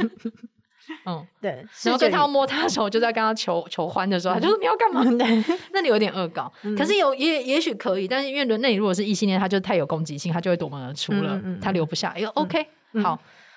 对，然后对他要摸他的时候，就在跟他求欢的时候，他就说你要干嘛？那里有点恶搞，可是也许可以，但是因为那里如果是异性恋，他就太有攻击性，他就会夺门而出了，他留不下。OK， 好。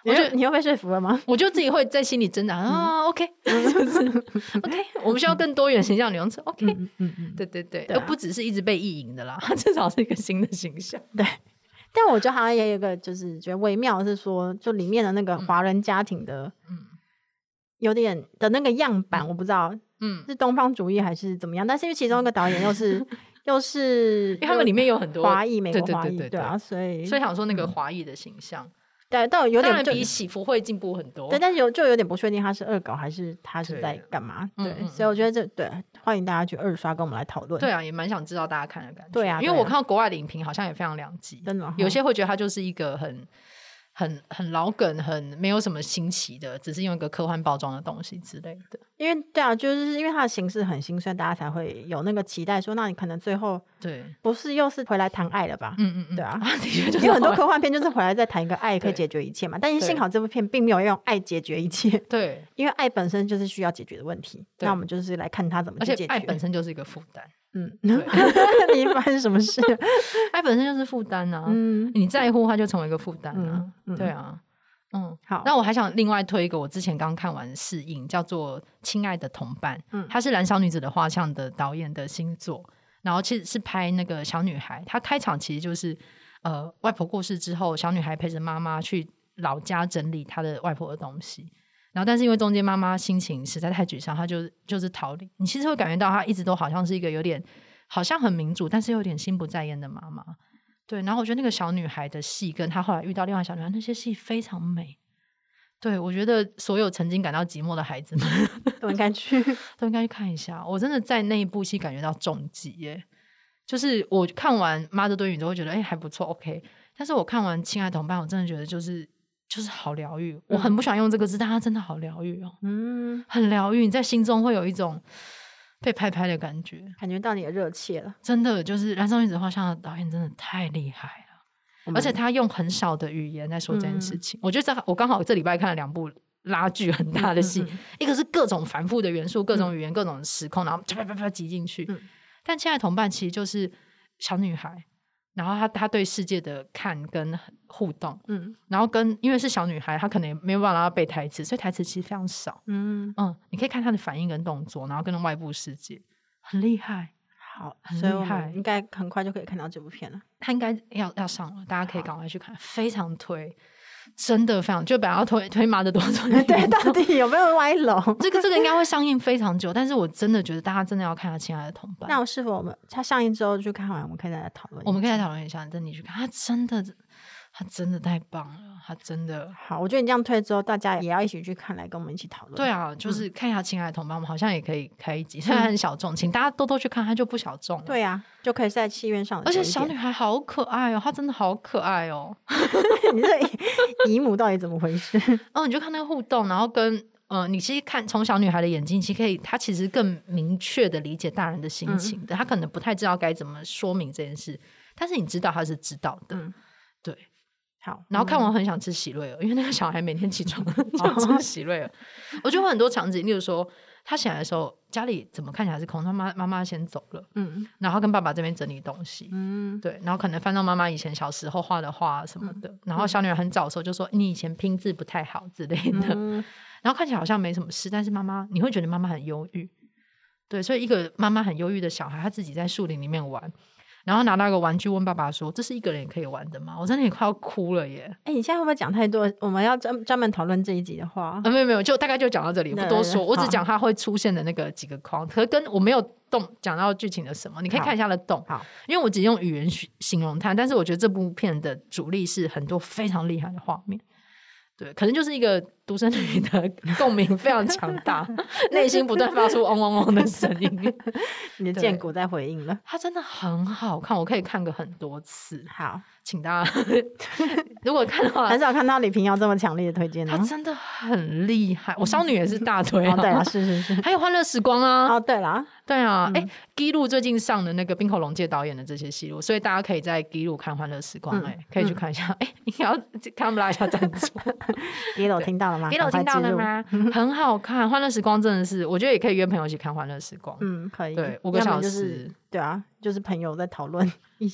你又被说服了吗？ 我就自己会在心里挣扎OK， 就是 OK， 我们需要更多元形象女用词 OK， 对对对，而不只是一直被意淫的啦，至少是一个新的形象。 对，但我觉得好像也有一个就是觉得微妙是说，就里面的那个华人家庭的，有点的那个样板，我不知道，是东方主义还是怎么样，但是因为其中一个导演又是因为他们里面有很多华裔，美国华裔，对啊，所以想说那个华裔的形象。 对，但有点当然比喜福会进步很多， 对，但是有点不确定他是恶搞还是他是在干嘛，对，所以我觉得对，欢迎大家去二刷跟我们来讨论。 对啊，也蛮想知道大家看的感觉。 对啊， 因为我看到国外的影评好像也非常两极， 真的， 有些会觉得它就是一个很老梗，很没有什么新奇的，只是用一个科幻包装的东西之类的。因为对啊，就是因为它的形式很新，所以大家才会有那个期待，说那你可能最后对不是又是回来谈爱了吧？对啊， 因为很多科幻片就是回来再谈一个爱可以解决一切嘛。但是幸好这部片并没有用爱解决一切， 对， 因为爱本身就是需要解决的问题。那我们就是来看它怎么去解决。 而且爱本身就是一个负担。 你发生什么事？ 爱本身就是负担啊，你在乎它就成为一个负担啊，对啊。好，那我还想另外推一个我之前刚看完试映，叫做《亲爱的同伴》，它是《燃烧女子的画像》的导演的新作，然后其实是拍那个小女孩，她开场其实就是外婆过世之后，小女孩陪着妈妈去老家整理她的外婆的东西，然后但是因为中间妈妈心情实在太沮丧，她就是逃离。你其实会感觉到她一直都好像是一个有点好像很民主，但是有点心不在焉的妈妈。对，然后我觉得那个小女孩的戏跟她后来遇到另外小女孩那些戏非常美。对，我觉得所有曾经感到寂寞的孩子们都应该去看一下。我真的在那一部戏感觉到重击耶，就是我看完《妈的多云》之后会觉得还不错 OK， 但是我看完《亲爱的同伴》我真的觉得就是好疗愈。我很不喜欢用这个字，但它真的好疗愈哦，很疗愈，你在心中会有一种被拍拍的感觉， 感觉到你的热切了。 真的就是《燃烧女子画像》的导演真的太厉害了，而且他用很少的语言在说这件事情。我觉得我刚好这礼拜看了2部拉锯很大的戏，一个是各种繁复的元素，各种语言，各种时空，然后啪啪啪挤进去。但亲爱的同伴其实就是小女孩，然后她对世界的看跟互动，然后因为是小女孩，她可能也没有办法让她背台词，所以台词其实非常少。你可以看她的反应跟动作，然后跟外部世界很厉害。 好，所以我们应该很快就可以看到这部片了。 它应该要上了，大家可以赶快去看，非常推，真的非常。就本来要推妈的多重， 对，到底有没有歪楼？ 这个应该会上映非常久，但是我真的觉得大家真的要看他《亲爱的同伴》。 那是否它上映之后去看完，我们可以再来讨论？ 我们可以再讨论一下，等你去看，他真的太棒了，他真的好。我觉得你这样推之后，大家也要一起去看，来跟我们一起讨论。 对啊，就是看一下《亲爱的同伴》，我们好像也可以开一集，虽然很小众，请大家多多去看，它就不小众了。 对啊，就可以在戏院上。 而且小女孩好可爱哦，她真的好可爱哦。 你这姨母到底怎么回事？ 你就看那个互动，然后跟你其实看从小女孩的眼睛，她其实更明确的理解大人的心情的。她可能不太知道该怎么说明这件事，但是你知道她是知道的。对。好，然后看完很想吃喜瑞尔，因为那个小孩每天起床想吃喜瑞尔。我觉得有很多场景，例如说他醒来的时候，家里怎么看起来是空，他妈妈先走了，然后跟爸爸这边整理东西，对，然后可能翻到妈妈以前小时候画的画什么的，然后小女儿很早的时候就说你以前拼字不太好之类的，然后看起来好像没什么事，但是你会觉得妈妈很忧郁，对，所以一个妈妈很忧郁的小孩，他自己在树林里面玩。然后拿到一个玩具问爸爸说这是一个人也可以玩的吗？我真的也快要哭了耶。 你现在会不会讲太多？我们要专门讨论这一集的话没有就大概就讲到这里，不多说。我只讲它会出现的那个几个框，可是跟我没有讲到剧情的什么，你可以看一下它的动。好，因为我只用语言形容它，但是我觉得这部片的主力是很多非常厉害的画面。对，可能就是一个独生女的共鸣非常强大，内心不断发出嗡嗡嗡的声音。 你的剑骨在回应了， 它真的很好看，我可以看个很多次。 好， 请大家如果看的话， 很少看到李平遥这么强烈的推荐。 他真的很厉害，我少女也是大推对啊，是， 还有欢乐时光啊。 对啦， 对啊，基路最近上的那个滨口龙介导演的这些戏路，所以大家可以在基路看欢乐时光，可以去看一下。应该要看他们拉一下赞助。 基路听到了吗？ 基路听到了吗？很好看，欢乐时光真的是，我觉得也可以约朋友一起看欢乐时光。 可以， 对，5个小时。 对啊，就是朋友在讨论一些。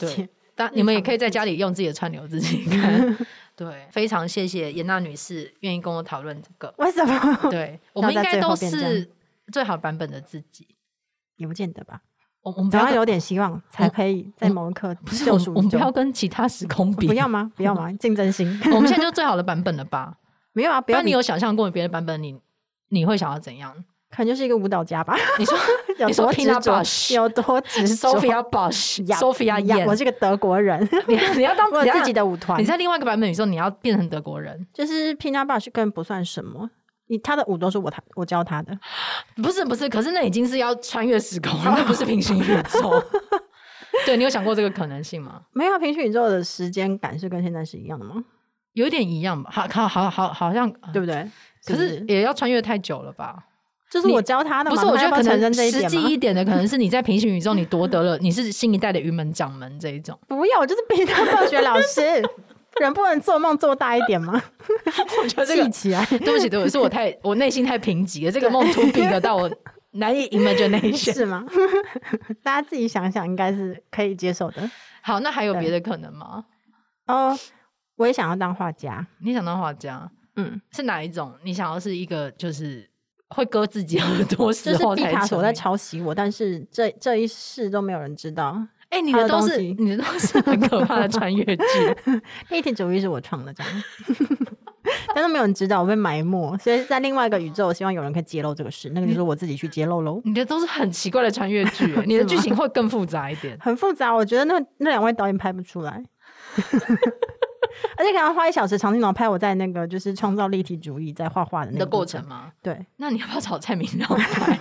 你们也可以在家里用自己的串流自己看。对，非常谢谢严娜女士愿意跟我讨论这个。 为什么？ 对，我们应该都是最好版本的自己， 也不见得吧。 我们不要总要有点希望，才可以在某一刻救赎。 我们不要跟其他时空比， 不要吗？不要吗？竞争心。 我们现在就最好的版本了吧？ 没有啊，不要。 你有想象过别的版本，你会想要怎样？ 可能就是一个舞蹈家吧。 你说有多执着？有多执着 ？Sophia Bosch，Sophia Yan， 我是个德国人。 你要当我有自己的舞团。 你在另外一个版本，你说你要变成德国人， 就是 Pina Bausch 根本不算什么。他的舞都是我教他的。 不是，可是那已经是要穿越时空了，那不是平行宇宙。对，你有想过这个可能性吗？ 没有，平行宇宙的时间感是跟现在是一样的吗？ 有点一样吧，好像对不对？ 可是也要穿越太久了吧？ 就是我教他的嘛。 不是，我觉得可能实际一点的，可能是你在平行宇宙你夺得了，你是新一代的云门掌门这一种。 不要，我就是Pina Bausch老师。人不能做梦做大一点吗？ 我觉得这个记起来。 对不起，是我内心太贫瘠了，这个梦 too big 了到我难以 imagination。 是吗？大家自己想想，应该是可以接受的。 好，那还有别的可能吗？ 哦，我也想要当画家。 你想当画家？是哪一种？你想要是一个就是会割自己耳朵时候才成名？就是毕卡索在抄袭我，但是这一世都没有人知道。 你的都是很可怕的穿越剧。 立体主义是我创的，这样。但是没有人知道，我被埋没，所以在另外一个宇宙，我希望有人可以揭露这个事，那个就是我自己去揭露喽。 你的都是很奇怪的穿越剧，你的剧情会更复杂一点。 很复杂，我觉得那两位导演拍不出来。而且可能花1小时长镜头拍我在那个就是创造立体主义在画画的那个过程吗？ 对。 那你要不要找蔡明亮拍？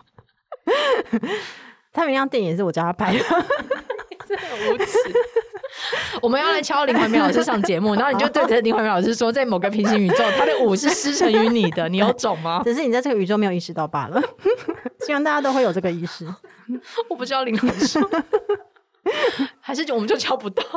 蔡明亮电影也是我教他拍的。 真的无耻。我们要来敲林怀民老师上节目，然后你就对着林怀民老师说，在某个平行宇宙他的舞是师承于你的，你有种吗？ 只是你在这个宇宙没有意识到罢了。希望大家都会有这个意识。 我不知道林老师。还是我们就敲不到。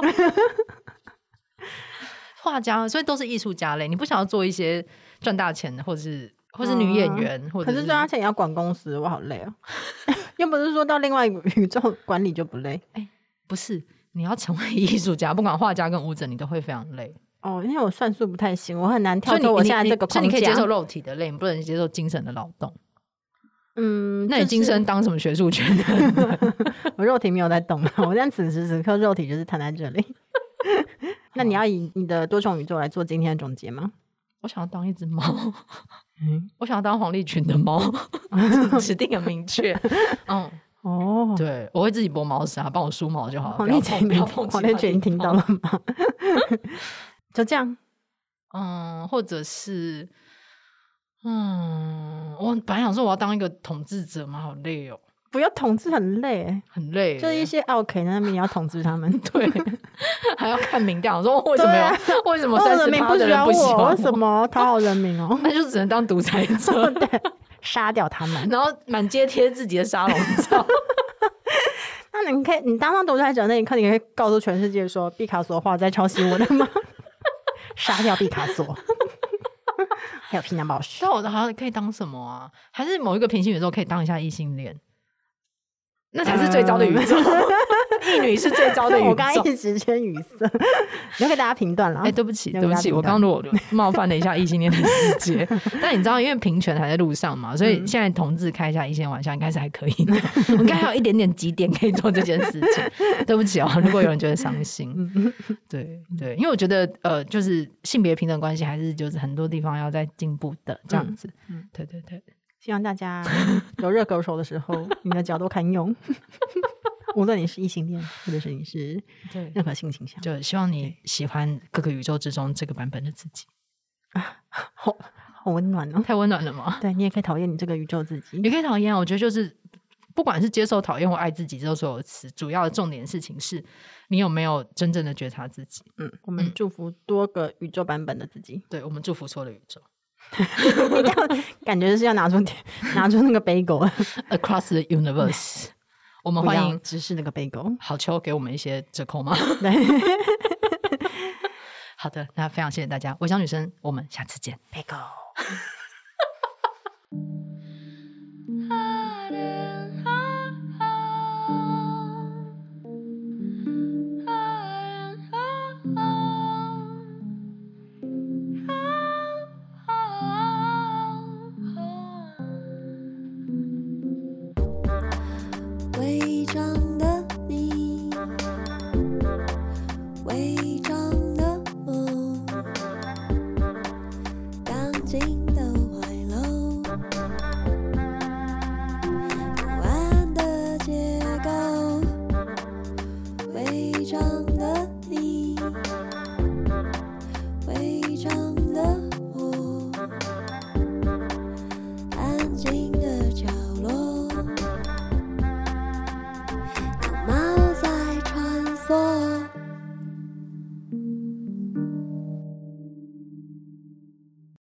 画家，所以都是艺术家类。你不想要做一些赚大钱的，或是女演员，或者可是赚大钱也要管公司，我好累哦。又不是说到另外一个宇宙管理就不累。 不是，你要成为艺术家，不管画家跟舞者，你都会非常累。 因为我算术不太行，我很难跳脱我现在这个框架。 所以你可以接受肉体的累，你不能接受精神的劳动。那你精神当什么学术圈的？ 我肉体没有在动，我现在此时此刻肉体就是躺在这里。那你要以你的多重宇宙来做今天的总结吗？ 我想要当一只猫。我想要当黄立群的猫。指定很明确。对，我会自己拨猫砂，帮我梳毛就好了。黄立群听到了吗？就这样。 或者是我本来想说我要当一个统治者嘛，好累哦。 不要统治，很累， 很累。 就是一些 OK 那边你要统治他们。 对。还要看民调，说为什么30%的人不喜欢我？ 为什么讨好人民哦？ 那就只能当独裁者。 对，杀掉他们， 然后满街贴自己的沙龙照。 那你当上独裁者那一刻，你可以告诉全世界说，毕卡索画在抄袭我的吗？杀掉毕卡索。还有Pina Bausch。 那我好像可以当什么啊？还是某一个平行宇宙可以当一下异性恋？那才是最糟的宇宙。异女是最糟的宇宙。 我刚刚一直先语塞，你要给大家评断了。 对不起，我刚刚如果冒犯了一下异性恋的世界。但你知道，因为平权还在路上嘛，所以现在同志开一下异性玩笑，应该是还可以的。我应该还有一点点基点可以做这件事情。对不起如果有人觉得伤心。对，因为我觉得就是性别平等关系还是就是很多地方要再进步的这样子。对。 希望大家有热狗手的时候，你的脚都堪用。无论你是异性恋，或者是你是任何性倾向， 就希望你喜欢各个宇宙之中这个版本的自己。 好温暖哦！ 太温暖了吗？ 对，你也可以讨厌你这个宇宙自己， 也可以讨厌。我觉得就是不管是接受、讨厌或爱自己这所有词，主要的重点事情是你有没有真正的觉察自己。 我们祝福多个宇宙版本的自己。 对，我们祝福所有的宇宙。 你这样感觉是要拿出那个bagel across the universe。我们欢迎直视那个bagel。 好秋给我们一些折扣吗？ 对。 好的，那非常谢谢大家，微笑女生，我们下次见。 bagel。